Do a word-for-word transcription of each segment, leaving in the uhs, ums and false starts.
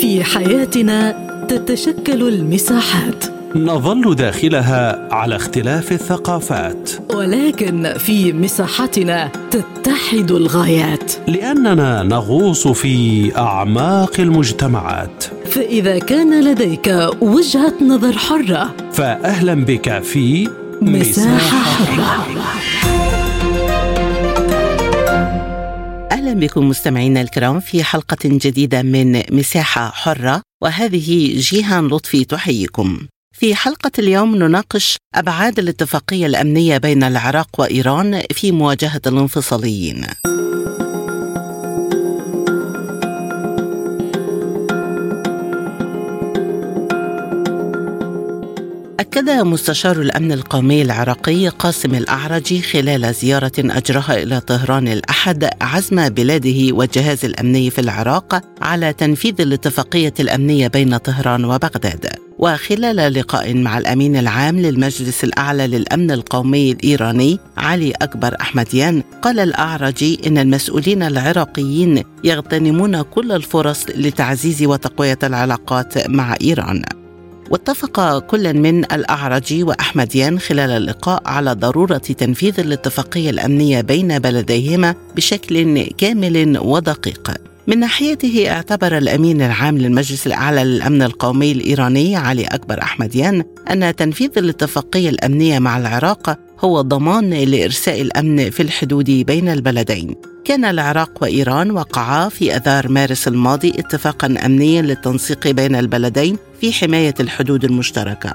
في حياتنا تتشكل المساحات، نظل داخلها على اختلاف الثقافات، ولكن في مساحتنا تتحد الغايات، لأننا نغوص في أعماق المجتمعات. فإذا كان لديك وجهة نظر حرة، فأهلا بك في مساحة حرة. أهلا بكم مستمعينا الكرام في حلقة جديدة من مساحة حرة، وهذه جيهان لطفي تحييكم. في حلقة اليوم نناقش أبعاد الاتفاقية الأمنية بين العراق وإيران في مواجهة الانفصاليين. أكد مستشار الأمن القومي العراقي قاسم الأعرجي خلال زيارة أجراها إلى طهران الأحد عزم بلاده والجهاز الأمني في العراق على تنفيذ الاتفاقية الأمنية بين طهران وبغداد. وخلال لقاء مع الأمين العام للمجلس الأعلى للأمن القومي الإيراني علي أكبر أحمديان، قال الأعرجي إن المسؤولين العراقيين يغتنمون كل الفرص لتعزيز وتقوية العلاقات مع إيران. واتفق كل من الأعرجي وأحمديان خلال اللقاء على ضرورة تنفيذ الاتفاقية الأمنية بين بلديهما بشكل كامل ودقيق. من ناحيته اعتبر الأمين العام للمجلس الأعلى للأمن القومي الإيراني علي أكبر أحمديان أن تنفيذ الاتفاقية الأمنية مع العراق هو ضمان لإرساء الأمن في الحدود بين البلدين. كان العراق وإيران وقعا في أذار مارس الماضي اتفاقا أمنيا للتنسيق بين البلدين في حماية الحدود المشتركة.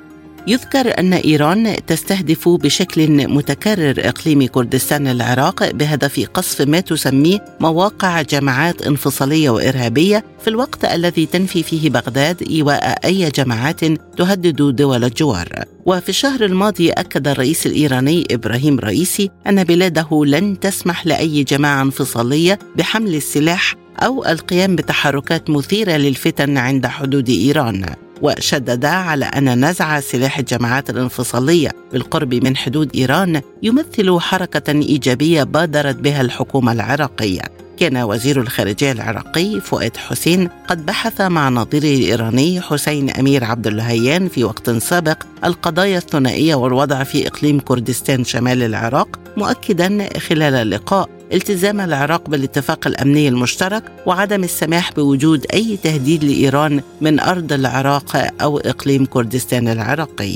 يذكر أن إيران تستهدف بشكل متكرر إقليم كردستان العراق بهدف قصف ما تسميه مواقع جماعات انفصالية وإرهابية، في الوقت الذي تنفي فيه بغداد إيواء أي جماعات تهدد دول الجوار. وفي الشهر الماضي أكد الرئيس الإيراني إبراهيم رئيسي أن بلاده لن تسمح لأي جماعة انفصالية بحمل السلاح أو القيام بتحركات مثيرة للفتن عند حدود إيران. وشدد على أن نزع سلاح الجماعات الانفصالية بالقرب من حدود إيران يمثل حركة إيجابية بادرت بها الحكومة العراقية. كان وزير الخارجية العراقي فؤاد حسين قد بحث مع نظيره الإيراني حسين أمير عبد اللهيان في وقت سابق القضايا الثنائية والوضع في إقليم كردستان شمال العراق، مؤكدا خلال اللقاء التزام العراق بالاتفاق الأمني المشترك وعدم السماح بوجود أي تهديد لإيران من أرض العراق أو إقليم كردستان العراقي.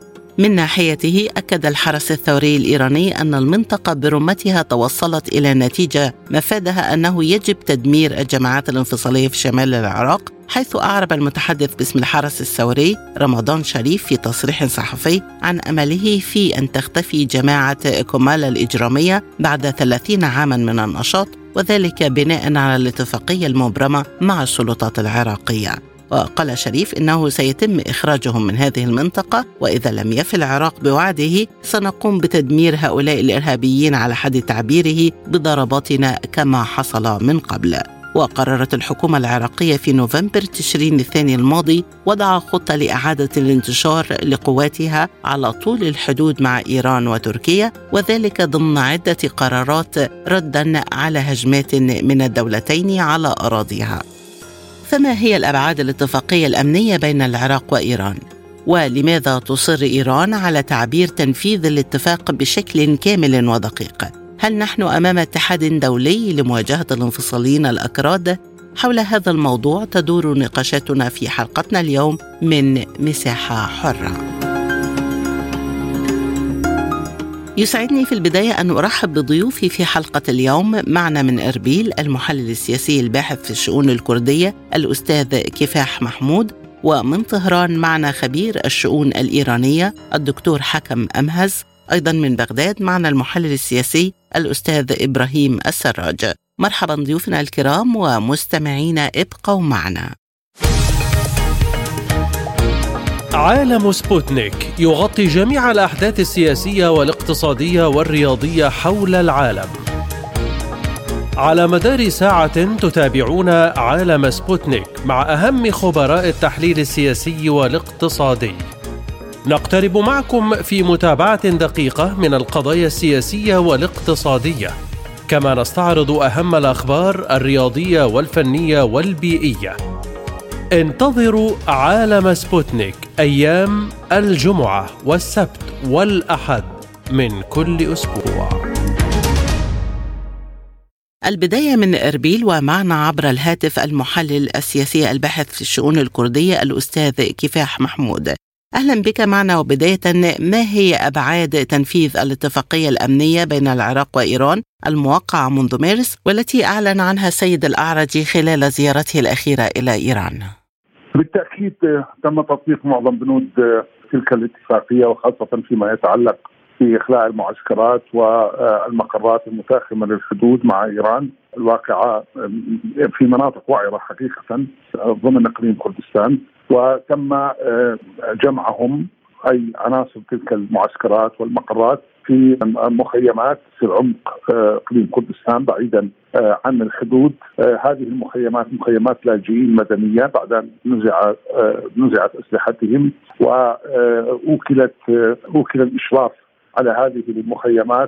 من ناحيته أكد الحرس الثوري الإيراني أن المنطقة برمتها توصلت إلى نتيجة مفادها أنه يجب تدمير الجماعات الانفصالية في شمال العراق، حيث أعرب المتحدث باسم الحرس الثوري رمضان شريف في تصريح صحفي عن أمله في أن تختفي جماعة كومالا الإجرامية بعد ثلاثين عاما من النشاط، وذلك بناء على الاتفاقية المبرمة مع السلطات العراقية. وقال شريف إنه سيتم إخراجهم من هذه المنطقة، وإذا لم يف العراق بوعده سنقوم بتدمير هؤلاء الإرهابيين على حد تعبيره بضرباتنا كما حصل من قبل. وقررت الحكومة العراقية في نوفمبر تشرين الثاني الماضي وضع خطة لإعادة الانتشار لقواتها على طول الحدود مع إيران وتركيا، وذلك ضمن عدة قرارات ردا على هجمات من الدولتين على أراضيها. فما هي الأبعاد الاتفاقية الأمنية بين العراق وإيران؟ ولماذا تصر إيران على تعبير تنفيذ الاتفاق بشكل كامل ودقيق؟ هل نحن أمام اتحاد دولي لمواجهة الانفصاليين الأكراد؟ حول هذا الموضوع تدور نقاشاتنا في حلقتنا اليوم من مساحة حرة. يسعدني في البداية أن أرحب بضيوفي في حلقة اليوم. معنا من إربيل المحلل السياسي الباحث في الشؤون الكردية الأستاذ كفاح محمود، ومن طهران معنا خبير الشؤون الإيرانية الدكتور حكم أمهز. أيضا من بغداد معنا المحلل السياسي الأستاذ إبراهيم السراج. مرحبا ضيوفنا الكرام ومستمعينا، ابقوا معنا. عالم سبوتنيك يغطي جميع الأحداث السياسية والاقتصادية والرياضية حول العالم. على مدار ساعة تتابعون عالم سبوتنيك مع أهم خبراء التحليل السياسي والاقتصادي. نقترب معكم في متابعة دقيقة من القضايا السياسية والاقتصادية، كما نستعرض أهم الأخبار الرياضية والفنية والبيئية. انتظروا عالم سبوتنيك أيام الجمعة والسبت والأحد من كل أسبوع. البداية من إربيل، ومعنا عبر الهاتف المحلل السياسي الباحث في الشؤون الكردية الأستاذ كفاح محمود. أهلا بك معنا. وبداية، ما هي أبعاد تنفيذ الاتفاقية الأمنية بين العراق وإيران الموقعة منذ مارس، والتي أعلن عنها السيد الأعرجي خلال زيارته الأخيرة إلى إيران؟ بالتأكيد تم تطبيق معظم بنود تلك الاتفاقية، وخاصة فيما يتعلق في إخلاء المعسكرات والمقرات المتاخمة للحدود مع إيران الواقعة في مناطق وعرة حقيقة ضمن إقليم كردستان، وتم جمعهم أي عناصر تلك المعسكرات والمقرات في مخيمات في عمق إقليم كردستان بعيدا عن الحدود. هذه المخيمات مخيمات لاجئين مدنية بعد أن نزع نزعت أسلحتهم، وأوكلت أوكل الإشراف على هذه المخيمات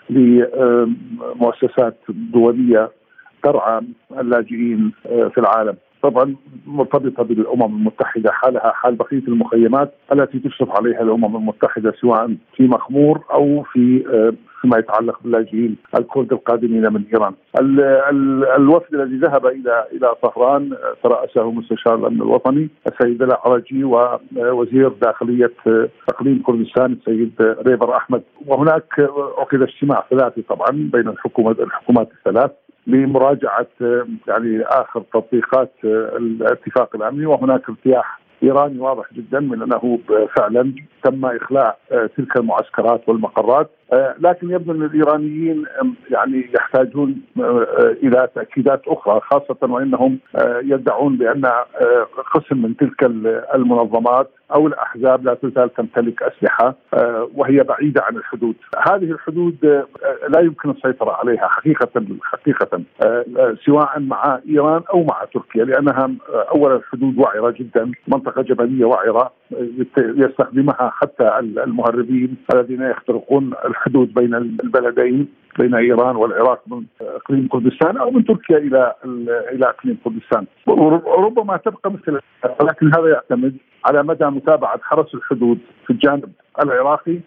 لمؤسسات دولية ترعى اللاجئين في العالم، طبعا مرتبطة بالأمم المتحدة، حالها حال بقية المخيمات التي تشرف عليها الأمم المتحدة سواء في مخمور أو في فيما يتعلق باللاجئين الكرد القادمين من إيران. ال ال الوفد الذي ذهب إلى إلى طهران ترأسه مستشار الأمن الوطني السيد الأعرجي ووزير داخلية إقليم كردستان السيد ريبر أحمد، وهناك عقد اجتماع ثلاثي طبعا بين الحكومة الحكومات الثلاث لمراجعة يعني آخر تطبيقات الاتفاق الأمني. وهناك ارتياح إيراني واضح جدا من أنه فعلا تم إخلاء تلك المعسكرات والمقرات، لكن يبدو أن الإيرانيين يعني يحتاجون إلى تأكيدات أخرى، خاصة وأنهم يدعون بأن قسم من تلك المنظمات أو الأحزاب لا تزال تمتلك أسلحة وهي بعيدة عن الحدود. هذه الحدود لا يمكن السيطرة عليها حقيقة حقيقة سواء مع إيران أو مع تركيا، لأنها أولا الحدود وعرة جدا، منطقة جبلية وعرة يستخدمها حتى المهربين الذين يخترقون الحدود بين البلدين بين إيران والعراق من إقليم كردستان أو من تركيا إلى إلى إقليم كردستان. وربما تبقى مثل، ولكن هذا يعتمد على مدى متابعة حرس الحدود في الجانب العراقي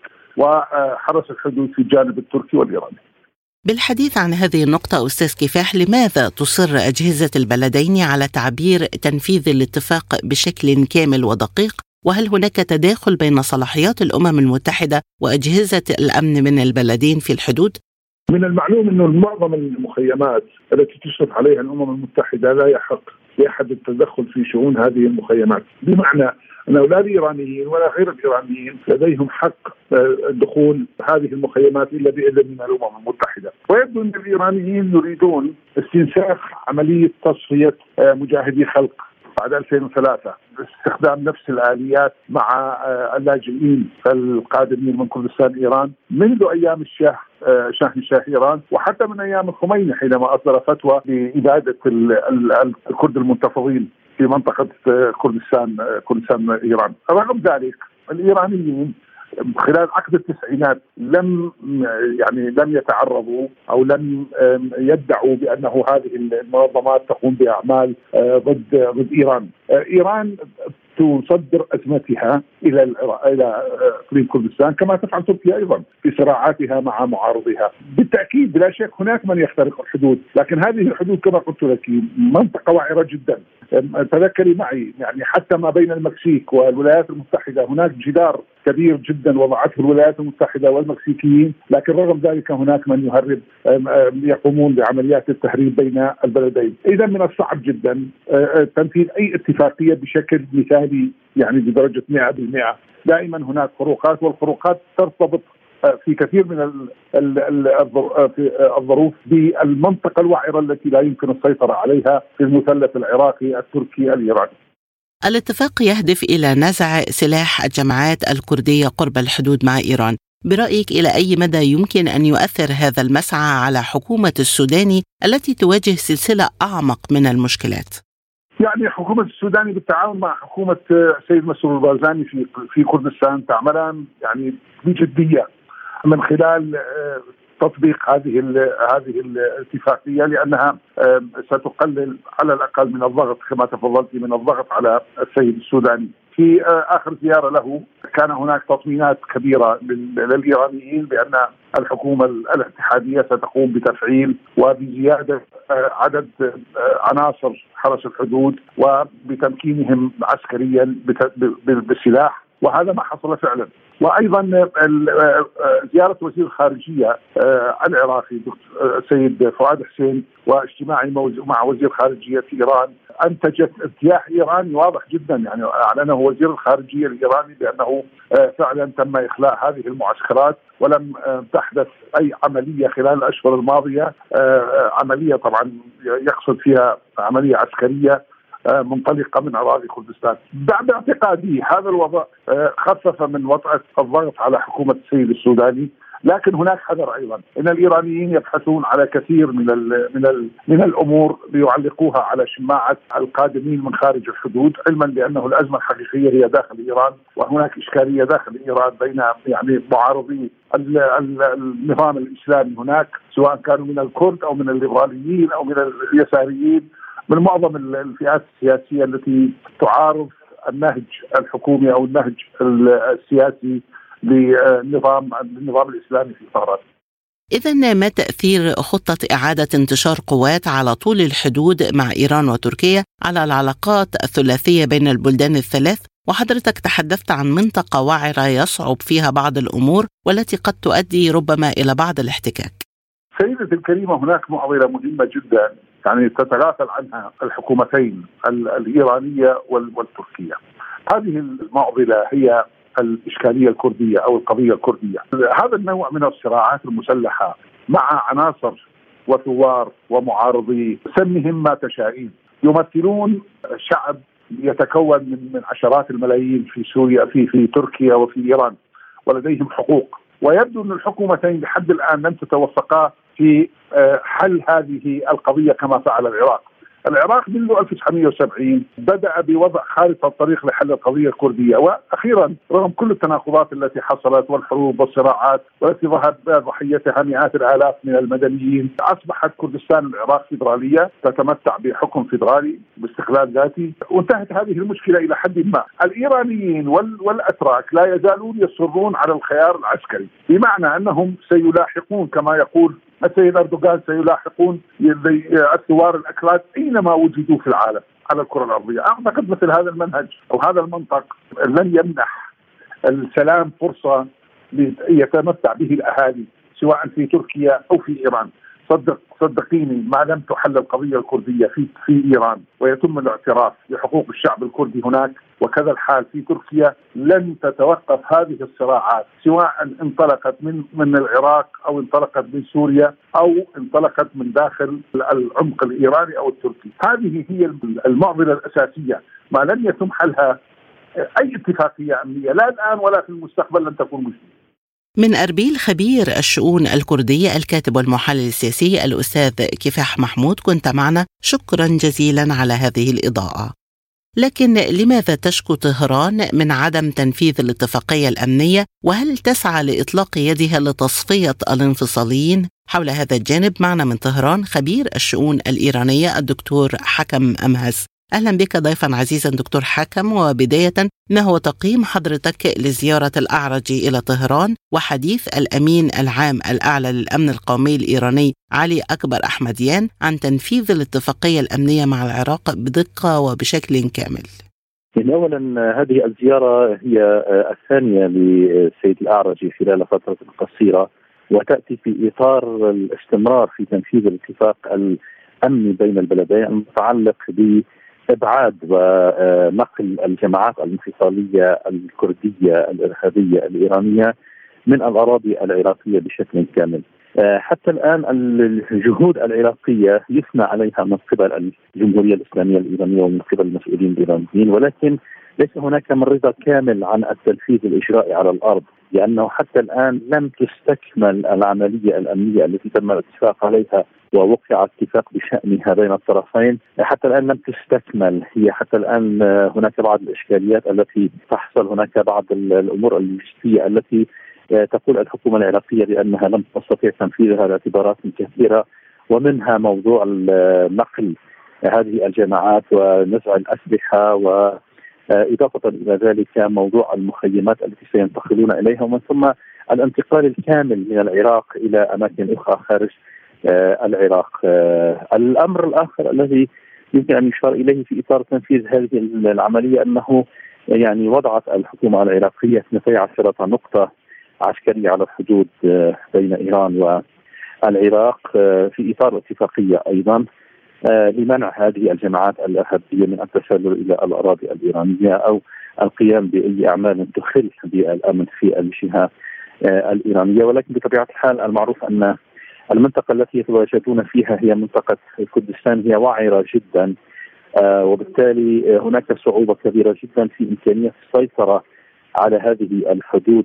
وحرس الحدود في الجانب التركي والإيراني. بالحديث عن هذه النقطة أستاذ كفاح، لماذا تصر أجهزة البلدين على تعبير تنفيذ الاتفاق بشكل كامل ودقيق؟ وهل هناك تداخل بين صلاحيات الأمم المتحدة وأجهزة الأمن من البلدين في الحدود؟ من المعلوم أنه معظم المخيمات التي تشرف عليها الأمم المتحدة لا يحق لأحد التدخل في شؤون هذه المخيمات، بمعنى أنه لا الإيرانيين ولا غير الإيرانيين لديهم حق دخول هذه المخيمات إلا بإذن من الأمم المتحدة. ويبدو أن الإيرانيين يريدون استنساخ عملية تصفية مجاهدي خلق بعد ألفين وثلاثة، استخدام نفس الآليات مع اللاجئين القادمين من كردستان إيران منذ أيام الشاه شاهن شاه إيران، وحتى من أيام الخميني حينما أصدر فتوى بإبادة الكرد المنتفضين في منطقة كردستان كردستان إيران. رغم ذلك الإيرانيين خلال عقد التسعينات لم يعني لم يتعرضوا أو لم يدعوا بأنه هذه المنظمات تقوم بأعمال ضد ضد إيران. إيران تصدر أزمتها إلى إلى إقليم كردستان كما تفعل تركيا أيضا في صراعاتها مع معارضيها. بالتأكيد بلا شك هناك من يخترق الحدود، لكن هذه الحدود كما قلت لك منطقة وعرة جدا. تذكري معي يعني حتى ما بين المكسيك والولايات المتحدة هناك جدار كبير جدا وضعته الولايات المتحدة والمكسيكيين، لكن رغم ذلك هناك من يهرب يقومون بعمليات التهريب بين البلدين. إذا من الصعب جدا تنفيذ أي اتفاقية بشكل مثالي يعني بدرجة مئة بالمئة. دائما هناك فروقات، والفروقات ترتبط في كثير من الظروف بالمنطقة الوعرة التي لا يمكن السيطرة عليها في المثلث العراقي التركي الإيراني. الاتفاق يهدف إلى نزع سلاح الجماعات الكردية قرب الحدود مع إيران. برأيك إلى أي مدى يمكن أن يؤثر هذا المسعى على حكومة السودان التي تواجه سلسلة أعمق من المشكلات؟ يعني حكومة السودان بالتعاون مع حكومة السيد مسرور البارزاني في في كردستان تعملان يعني بجدية من خلال تطبيق هذه هذه الاتفاقية، لأنها ستقلل على الأقل من الضغط كما تفضلت من الضغط على السيد السوداني. في آخر زيارة له كان هناك تطمينات كبيرة للإيرانيين بأن الحكومة الاتحادية ستقوم بتفعيل وبزيادة عدد عناصر حرس الحدود وبتمكينهم عسكريا بالسلاح، وهذا ما حصل فعلا. وأيضا زيارة وزير الخارجية العراقي السيد فؤاد حسين واجتماعي مع وزير خارجية إيران أنتجت ارتياح إيراني واضح جدا، يعني أعلنه وزير الخارجية الإيراني بأنه فعلا تم إخلاء هذه المعسكرات ولم تحدث أي عملية خلال الأشهر الماضية، عملية طبعا يقصد فيها عملية عسكرية منطلقة من أراضي كردستان. بعد اعتقادي هذا الوضع خفف من وطأة الضغط على حكومة السيد السوداني، لكن هناك حذر أيضا إن الإيرانيين يبحثون على كثير من ال من ال من الأمور ليعلقوها على شماعة القادمين من خارج الحدود، علما بأنه الأزمة الحقيقية هي داخل إيران، وهناك إشكالية داخل إيران بين يعني معارضي النظام الإسلامي هناك، سواء كانوا من الكرد أو من الليبراليين أو من اليساريين، من معظم الفئات السياسية التي تعارض النهج الحكومي أو النهج السياسي للنظام النظام الإسلامي في طهران. إذن ما تأثير خطة إعادة انتشار قوات على طول الحدود مع إيران وتركيا على العلاقات الثلاثية بين البلدان الثلاث؟ وحضرتك تحدثت عن منطقة وعرة يصعب فيها بعض الأمور والتي قد تؤدي ربما إلى بعض الاحتكاك. سيدتي الكريمة، هناك معضلة مهمة جدا يعني تتغافل عنها الحكومتين الإيرانية والتركية. هذه المعضلة هي الإشكالية الكردية أو القضية الكردية. هذا النوع من الصراعات المسلحة مع عناصر وثوار ومعارضي، سمهم ما تشائين، يمثلون شعب يتكون من من عشرات الملايين في سوريا في في تركيا وفي إيران، ولديهم حقوق. ويبدو أن الحكومتين لحد الآن لم تتوفقا في حل هذه القضية كما فعل العراق. العراق منذ ألف وتسعمائة وسبعين بدأ بوضع خارطة الطريق لحل القضية الكردية، وأخيرا رغم كل التناقضات التي حصلت والحروب والصراعات والتي ظهرت ضحيتها مئات الآلاف من المدنيين، أصبحت كردستان العراق فيدرالية تتمتع بحكم فيدرالي باستقلال ذاتي، وانتهت هذه المشكلة إلى حد ما. الإيرانيين والأتراك لا يزالون يصرون على الخيار العسكري، بمعنى أنهم سيلاحقون كما يقول السيد أردوغان، سيلاحقون الثوار الأكراد أينما وجدوا في العالم على الكرة الأرضية. أعتقد مثل هذا المنهج أو هذا المنطق لن يمنح السلام فرصة يتمتع به الأهالي سواء في تركيا أو في إيران. صدق صدقيني، ما لم تحل القضية الكردية في في إيران ويتم الاعتراف بحقوق الشعب الكردي هناك، وكذا الحال في تركيا، لن تتوقف هذه الصراعات سواء انطلقت من من العراق أو انطلقت من سوريا أو انطلقت من داخل العمق الإيراني أو التركي. هذه هي المعضلة الأساسية، ما لن يتم حلها أي اتفاقية أمنية لا الآن ولا في المستقبل لن تكون مجدية. من أربيل خبير الشؤون الكردية الكاتب والمحلل السياسي الأستاذ كفاح محمود، كنت معنا، شكرا جزيلا على هذه الإضاءة. لكن لماذا تشكو طهران من عدم تنفيذ الاتفاقية الأمنية؟ وهل تسعى لإطلاق يدها لتصفية الانفصاليين؟ حول هذا الجانب معنا من طهران خبير الشؤون الإيرانية الدكتور حكم أمهس. أهلا بك ضيفا عزيزا دكتور حكم. وبداية، ما هو تقييم حضرتك لزيارة الأعرجي إلى طهران وحديث الأمين العام الأعلى للأمن القومي الإيراني علي أكبر أحمديان عن تنفيذ الاتفاقية الأمنية مع العراق بدقة وبشكل كامل؟ أولا، هذه الزيارة هي الثانية للسيد الأعرجي خلال فترة قصيرة، وتأتي في إطار الاستمرار في تنفيذ الاتفاق الأمني بين البلدين المتعلق ب إبعاد ونقل الجماعات الانفصالية الكردية الإرهابية الإيرانية من الأراضي العراقية بشكل كامل. حتى الآن الجهود العراقية يثنى عليها من قبل الجمهورية الإسلامية الإيرانية ومن قبل المسؤولين الإيرانيين، ولكن ليس هناك من رضا كامل عن التنفيذ الإجرائي على الأرض، لأنه حتى الآن لم تستكمل العملية الأمنية التي تم الاتفاق عليها ووقع اتفاق بشأنها بين الطرفين. حتى الآن لم تستكمل هي، حتى الآن هناك بعض الإشكاليات التي تحصل، هناك بعض الأمور اللوجستية التي تقول الحكومة العراقية بأنها لم تستطيع تنفيذها لاعتبارات كثيرة، ومنها موضوع نقل هذه الجماعات ونزع الأسلحة، وإضافة إلى ذلك موضوع المخيمات التي سينتقلون إليها، ومن ثم الانتقال الكامل من العراق إلى أماكن أخرى خارج العراق. الأمر الآخر الذي يمكن أن يشار إليه في إطار تنفيذ هذه العملية أنه يعني وضعت الحكومة العراقية اثنتي عشرة نقطة عسكرية على الحدود بين إيران والعراق في إطار اتفاقية أيضا لمنع هذه الجماعات الإرهابية من التسلل إلى الأراضي الإيرانية أو القيام بأي أعمال تخل بالأمن في الجهة الإيرانية. ولكن بطبيعة الحال المعروف أن المنطقة التي يتواجدون فيها هي منطقة كردستان، هي وعرة جدا، آه وبالتالي هناك صعوبة كبيرة جدا في إمكانية السيطرة على هذه الحدود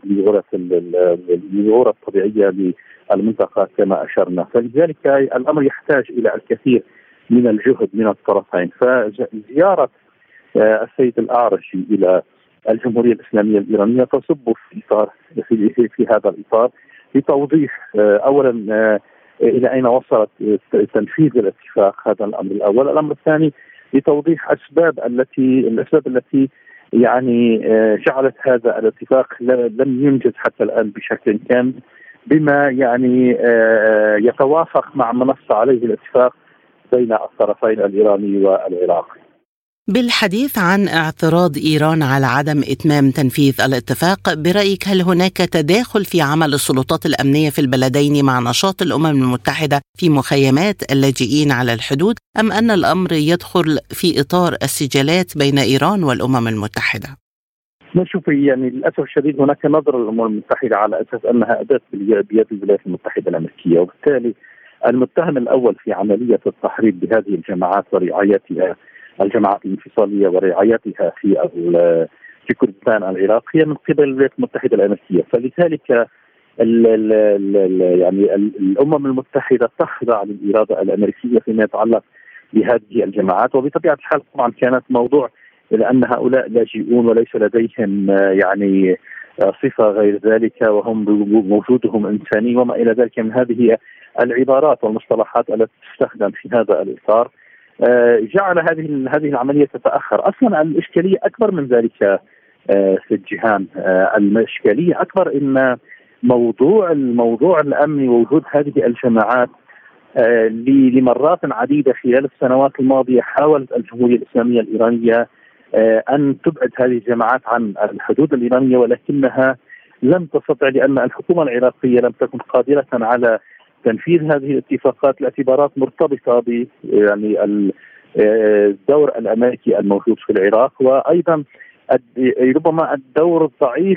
للغورة الطبيعية للمنطقة كما أشرنا. فلذلك الأمر يحتاج إلى الكثير من الجهد من الطرفين. فزيارة آه السيد الأعرجي إلى الجمهورية الإسلامية الإيرانية تصب في إطار في, في هذا الإطار لتوضيح آه أولا آه إلى أين وصلت تنفيذ الاتفاق، هذا الأمر الأول. الأمر الثاني لتوضيح أسباب التي الأسباب التي يعني جعلت هذا الاتفاق لم ينجز حتى الآن بشكل كامل، بما يعني يتوافق مع ما نص عليه الاتفاق بين الطرفين الإيراني والعراقي. بالحديث عن اعتراض إيران على عدم إتمام تنفيذ الاتفاق، برأيك هل هناك تداخل في عمل السلطات الأمنية في البلدين مع نشاط الأمم المتحدة في مخيمات اللاجئين على الحدود، أم أن الأمر يدخل في إطار السجالات بين إيران والأمم المتحدة؟ نشوف يعني للأسف الشديد هناك نظرة للأمم المتحدة على أساس أنها أداة بيد الولايات المتحدة الأمريكية، وبالتالي المتهم الأول في عملية التحريض بهذه الجماعات ورعايتها الجماعات الانفصالية ورعايتها في في كردستان العراق هي من قبل الولايات المتحدة الأمريكية. فلذلك ال ال ال يعني الأمم المتحدة تخضع للإرادة الأمريكية فيما يتعلق بهذه الجماعات، وبطبيعة الحال طبعا كانت موضوع لأن هؤلاء لاجئون وليس لديهم يعني صفة غير ذلك، وهم موجودهم إنساني وما إلى ذلك من هذه العبارات والمصطلحات التي تستخدم في هذا الإطار، جعل هذه هذه العملية تتأخر. أصلا الإشكالية أكبر من ذلك في الجهان، الإشكالية أكبر إن موضوع الموضوع الأمني ووجود هذه الجماعات لمرات عديدة خلال السنوات الماضية حاولت الجمهورية الإسلامية الإيرانية أن تبعد هذه الجماعات عن الحدود الإيرانية، ولكنها لم تستطع لأن الحكومة العراقية لم تكن قادرة على تنفيذ هذه الاتفاقات لاعتبارات مرتبطة ب يعني الدور الأمريكي الموجود في العراق، وأيضا ربما الدور الضعيف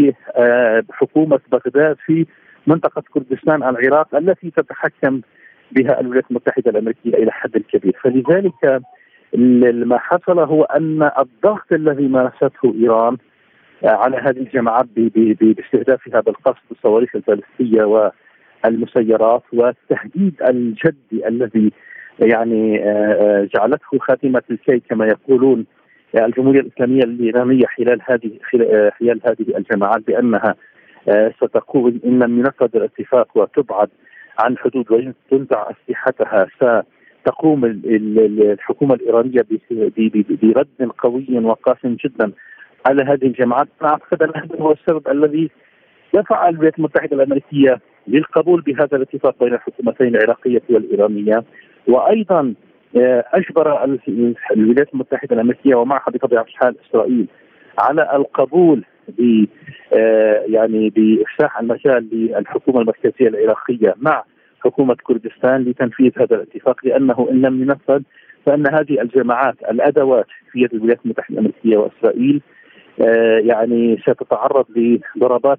لحكومة بغداد في منطقة كردستان العراق التي تتحكم بها الولايات المتحدة الأمريكية إلى حد كبير. فلذلك ما حصل هو أن الضغط الذي مارسته إيران على هذه الجماعات باستهدافها بالقصد بالصواريخ البالستية والمسيرات والتهديد الجدي الذي يعني جعلته خاتمة الكي كما يقولون الجمهورية الإسلامية الإيرانية خلال هذه خلال هذه الجماعات بأنها ستقول إن لم ينفذ الاتفاق وتبعد عن الحدود وتنزع أسلحتها ستقوم الحكومة الإيرانية برد قوي وقاس جدا على هذه الجماعات. أنا أعتقد أن هذا هو السبب الذي دفع الولايات المتحدة الأمريكية للقبول بهذا الاتفاق بين الحكومتين العراقية والإيرانية، وأيضا أجبر الولايات المتحدة الأمريكية ومعها بطبيعة الحال إسرائيل على القبول ب يعني بإفساح المجال للحكومة المركزية العراقية مع حكومة كردستان لتنفيذ هذا الاتفاق، لأنه إن لم ينفذ فإن هذه الجماعات الأدوات في يد الولايات المتحدة الأمريكية وإسرائيل يعني ستتعرض لضربات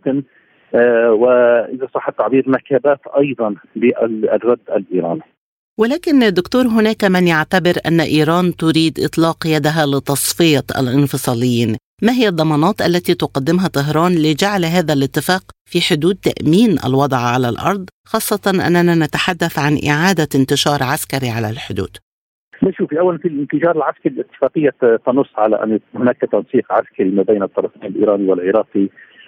وإذا صح التعبير نكبات أيضا بالرد الإيراني. ولكن دكتور هناك من يعتبر أن إيران تريد إطلاق يدها لتصفية الانفصاليين، ما هي الضمانات التي تقدمها طهران لجعل هذا الاتفاق في حدود تأمين الوضع على الأرض، خاصة أننا نتحدث عن إعادة انتشار عسكري على الحدود؟ نشوف أولا في الانفجار العسكري الاتفاقية تنص على أن هناك تنسيق عسكري ما بين الطرفين الإيراني والعراقي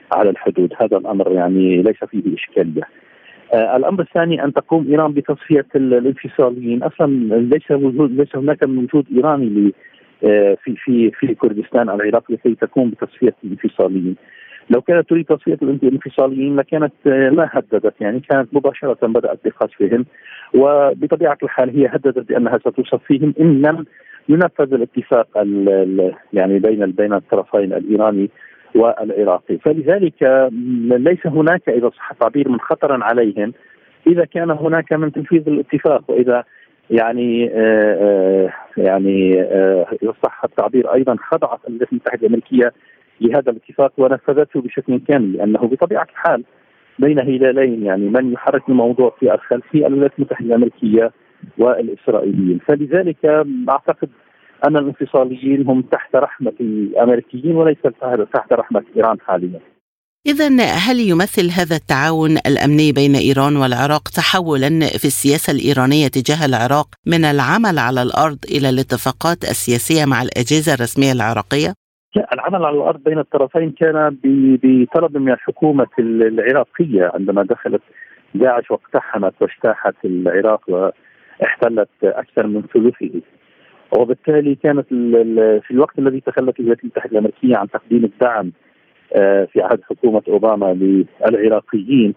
على الحدود. هذا الأمر يعني ليس فيه إشكالية. آه الأمر الثاني أن تقوم إيران بتصفية الانفصاليين. أصلا ليس وجود ليس هناك من وجود إيراني آه في في في كردستان العراق لكي تقوم بتصفية الانفصاليين. لو كانت تريد تصفية الانفصاليين لكانت آه لا هددت، يعني كانت مباشرة بدأت بقصفهم، وبطبيعة الحال هي هددت بأنها ستصفيهم إن لم ينفذ الاتفاق يعني بين بين الطرفين الإيراني والعراقي. فلذلك ليس هناك إذا صح التعبير من خطر عليهم إذا كان هناك من تنفيذ الاتفاق، وإذا يعني آآ يعني إذا صح التعبير أيضا خضعت الولايات المتحدة الأمريكية لهذا الاتفاق ونفذته بشكل كامل، لأنه بطبيعة الحال بين هلالين، يعني من يحرك الموضوع في الخلفية الولايات المتحدة الأمريكية والإسرائيليين. فلذلك أعتقد أن الانفصاليين هم تحت رحمة الأمريكيين وليس تحت رحمة إيران حاليا. إذن هل يمثل هذا التعاون الأمني بين إيران والعراق تحولا في السياسة الإيرانية تجاه العراق من العمل على الأرض إلى الاتفاقات السياسية مع الأجهزة الرسمية العراقية؟ العمل على الأرض بين الطرفين كان بطلب من الحكومة العراقية عندما دخلت داعش واقتحمت واجتاحت العراق واحتلت أكثر من ثلثه، وبالتالي كانت في الوقت الذي تخلت الولايات المتحدة الأمريكية عن تقديم الدعم في عهد حكومة أوباما للعراقيين،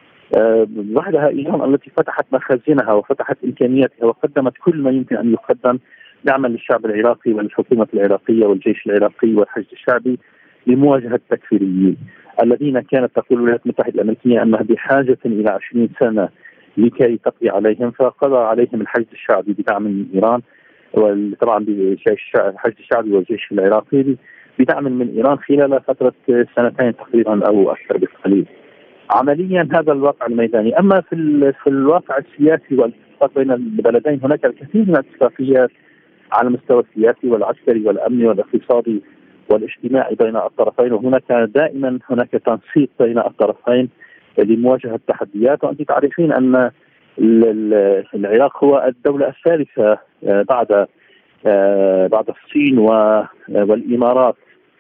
وحدها إيران التي فتحت مخازنها وفتحت إمكانياتها وقدمت كل ما يمكن أن يقدم دعما للشعب العراقي وللحكومة العراقية والجيش العراقي والحشد الشعبي لمواجهة التكفيريين الذين كانت تقول الولايات المتحدة الأمريكية أنها بحاجة إلى عشرين سنة لكي تقضي عليهم، فقضى عليهم الحشد الشعبي بدعم من إيران، وطبعا بالجيش الحشد الشعبي والجيش العراقي بدعم من إيران خلال فترة سنتين تقريبا أو أكثر بقليل. عمليا هذا الواقع الميداني. أما في في الواقع السياسي والاتفاق بين البلدين هناك الكثير من الاتفاقيات على المستوى السياسي والعسكري والأمني والاقتصادي والاجتماعي بين الطرفين، وهناك دائما هناك تنسيق بين الطرفين لمواجهة التحديات. وأنت تعرفين أن العراق هو الدولة الثالثة بعد بعد الصين والإمارات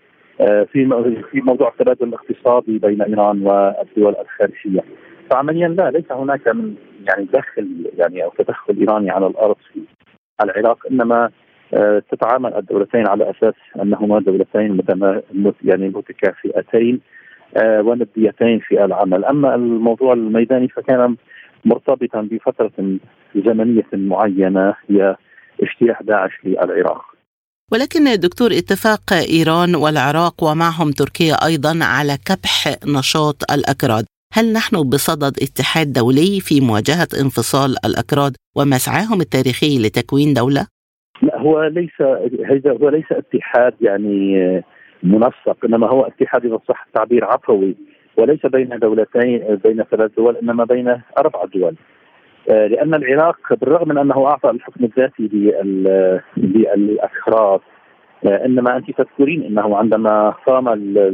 في في موضوع التبادل الاقتصادي بين إيران والدول الخارجية. فعمليا لا ليس هناك من يعني دخل يعني أو تدخل إيراني على الأرض في العراق، إنما تتعامل الدولتين على أساس أنهما دولتين يعني متكافئتين ونديتين في العمل. أما الموضوع الميداني فكان مرتبطا بفترة زمنية معينة هي اجتياح داعش للعراق. ولكن دكتور اتفاق إيران والعراق ومعهم تركيا أيضا على كبح نشاط الأكراد، هل نحن بصدد اتحاد دولي في مواجهة انفصال الأكراد ومسعاهم التاريخي لتكوين دولة؟ لا، هو ليس هذا هو ليس اتحاد يعني منسق، إنما هو اتحاد إذا صح التعبير عفوي، وليس بين دولتين بين ثلاث دول إنما بين أربع دول. لأن العراق بالرغم من أنه أعطى الحكم الذاتي للأكراد، إنما أنت تذكرين أنه عندما قام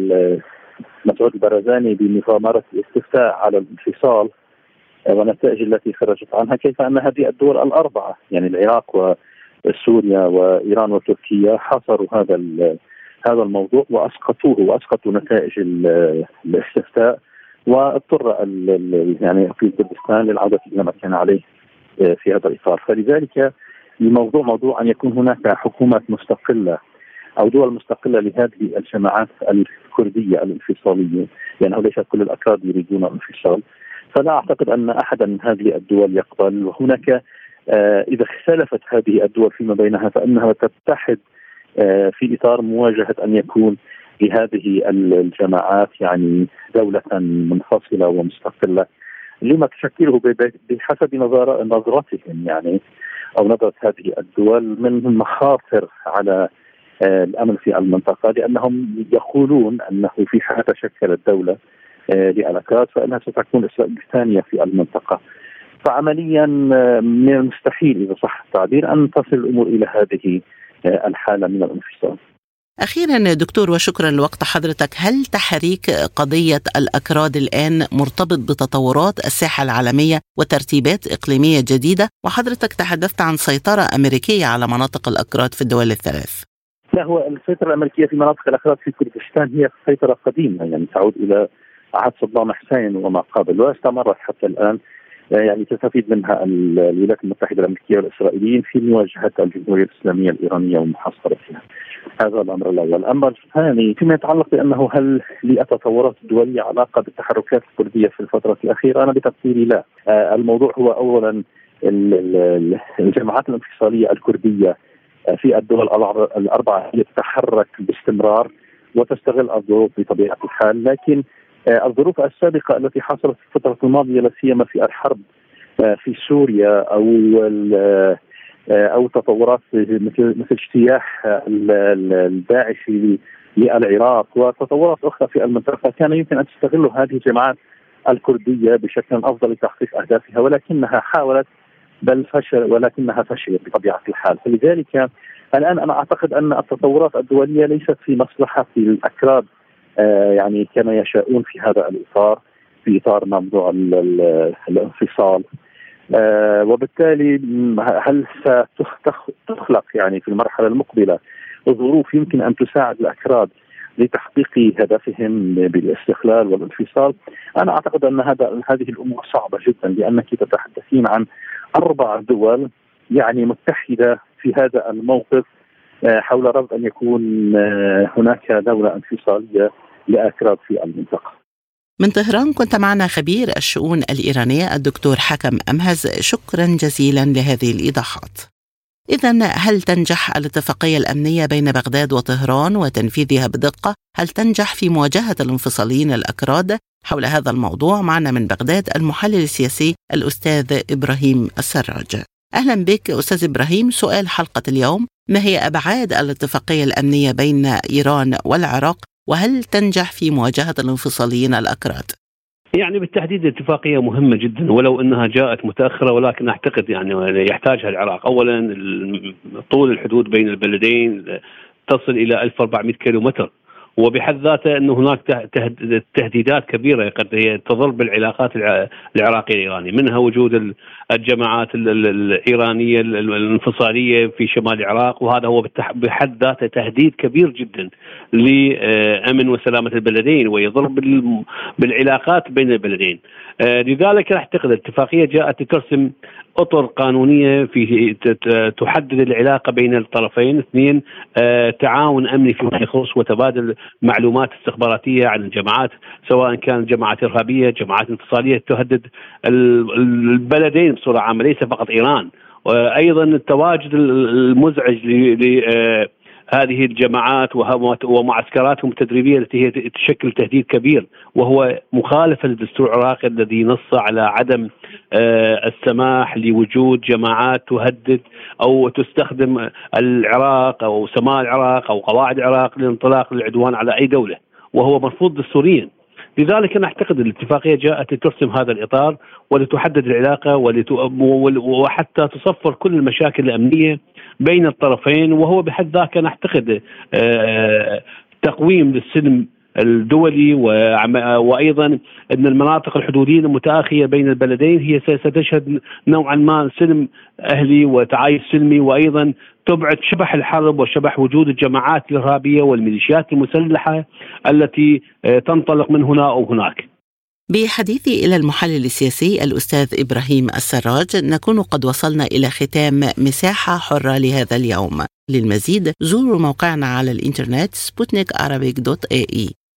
مسعود البرزاني بمغامرة الاستفتاء على الانفصال والنتائج التي خرجت عنها، كيف أن هذه الدول الأربعة يعني العراق وسوريا وإيران وتركيا حصروا هذا هذا الموضوع وأسقطوه وأسقطوا نتائج الاستفتاء، واضطر يعني في كردستان للعودة إلى ما كان عليه في هذا الإطار. فلذلك الموضوع موضوع أن يكون هناك حكومات مستقلة أو دول مستقلة لهذه الجماعات الكردية الانفصالية، لأنه يعني ليس كل الأكراد يريدون الانفصال. فلا أعتقد أن أحدا من هذه الدول يقبل، وهناك آه إذا اختلفت هذه الدول فيما بينها فإنها تتحد آه في إطار مواجهة أن يكون لهذه الجماعات يعني دولة منفصلة ومستقلة لما تشكله بحسب نظر نظرتهم يعني أو نظرة هذه الدول من مخاطر على الأمن في المنطقة، لأنهم يقولون أنه في حال تشكلت دولة للأكراد فإنها ستكون إسرائيل الثانية في المنطقة. فعمليا من المستحيل إذا صح التعبير أن تصل الأمور إلى هذه الحالة من الانفصال. أخيرا دكتور وشكرا لوقت حضرتك، هل تحريك قضية الأكراد الآن مرتبط بتطورات الساحة العالمية وترتيبات إقليمية جديدة؟ وحضرتك تحدثت عن سيطرة أمريكية على مناطق الأكراد في الدول الثلاث. لا، هو السيطرة الأمريكية في مناطق الأكراد في كردستان هي سيطرة قديمة، يعني تعود إلى عهد صدام حسين وما قبل، واستمرت حتى الآن. يعني تستفيد منها الولايات المتحدة الأمريكية والإسرائيليين في مواجهة الجمهورية الإسلامية الإيرانية ومحاصرتها. هذا الأمر الأول. الأمر الثاني فيما يتعلق بأنه هل للتطورات الدولية علاقة بالتحركات الكردية في الفترة الأخيرة؟ أنا بتفسيري لا. الموضوع هو أولا الجماعات الانفصالية الكردية في الدول الأربعة هي تتحرك باستمرار وتستغل الظروف بطبيعة الحال، لكن الظروف السابقة التي حصلت في الفترة الماضية لا سيما في الحرب في سوريا أو أو تطورات مثل مثل اجتياح الداعش للعراق وتطورات أخرى في المنطقة، كان يمكن أن تستغل هذه الجماعات الكردية بشكل أفضل لتحقيق أهدافها، ولكنها حاولت بل فشل ولكنها فشلت بطبيعة الحال. فلذلك الآن أنا أعتقد أن التطورات الدولية ليست في مصلحة الأكراد آه يعني كما يشاءون في هذا الإطار، في إطار موضوع الانفصال. آه وبالتالي هل ستخلق يعني في المرحلة المقبلة ظروف يمكن أن تساعد الأكراد لتحقيق هدفهم بالاستقلال والانفصال؟ أنا أعتقد أن هذا هذه الأمور صعبة جدا، لأنك تتحدثين عن أربع دول يعني متحدة في هذا الموقف حول رفض أن يكون هناك دولة انفصالية لأكراد في المنطقة. من طهران كنت معنا خبير الشؤون الإيرانية الدكتور حكم أمهز، شكرا جزيلا لهذه الإيضاحات. إذن هل تنجح الاتفاقية الأمنية بين بغداد وطهران وتنفيذها بدقة؟ هل تنجح في مواجهة الانفصاليين الأكراد؟ حول هذا الموضوع معنا من بغداد المحلل السياسي الأستاذ إبراهيم السراج. أهلا بك أستاذ إبراهيم. سؤال حلقة اليوم: ما هي أبعاد الاتفاقية الأمنية بين إيران والعراق، وهل تنجح في مواجهة الانفصاليين الأكراد؟ يعني بالتحديد اتفاقية مهمة جدا، ولو أنها جاءت متأخرة، ولكن أعتقد يعني يحتاجها العراق. أولا طول الحدود بين البلدين تصل إلى ألف وأربعمائة كيلومتر، وبحد ذاته أن هناك تهديدات كبيرة قد هي تضر بالعلاقات العراقية الإيرانية، منها وجود الجماعات الإيرانية الانفصالية في شمال العراق، وهذا هو بحد ذاته تهديد كبير جدا لأمن وسلامة البلدين ويضر بالعلاقات بين البلدين. لذلك أعتقد الاتفاقية جاءت ترسم أطر قانونية في تحدد العلاقة بين الطرفين. اثنين، تعاون أمني فيما يخص وتبادل معلومات استخباراتية عن الجماعات، سواء كانت جماعات إرهابية جماعات انفصالية تهدد البلدين بصورة عامة، ليس فقط إيران. وأيضا التواجد المزعج هذه الجماعات ومعسكراتهم التدريبية التي هي تشكل تهديد كبير، وهو مخالفة للدستور العراقي الذي نص على عدم السماح لوجود جماعات تهدد أو تستخدم العراق أو سماء العراق أو قواعد العراق للانطلاق للعدوان على أي دولة، وهو مرفوض دستوريا. لذلك أنا أعتقد الاتفاقية جاءت لترسم هذا الإطار ولتحدد العلاقة وحتى تصفر كل المشاكل الأمنية بين الطرفين، وهو بحد ذاك أنا أعتقد تقويم للسلم الدولي، وأيضا أن المناطق الحدودية المتآخية بين البلدين هي ستشهد نوعا ما سلم أهلي وتعايش سلمي، وأيضا تبعد شبح الحرب وشبح وجود الجماعات الإرهابية والميليشيات المسلحة التي تنطلق من هنا أو هناك. بحديثي إلى المحلل السياسي الأستاذ إبراهيم السراج نكون قد وصلنا إلى ختام مساحة حرة لهذا اليوم. للمزيد زوروا موقعنا على الإنترنت سبوتنيك عربيك دوت اي اي.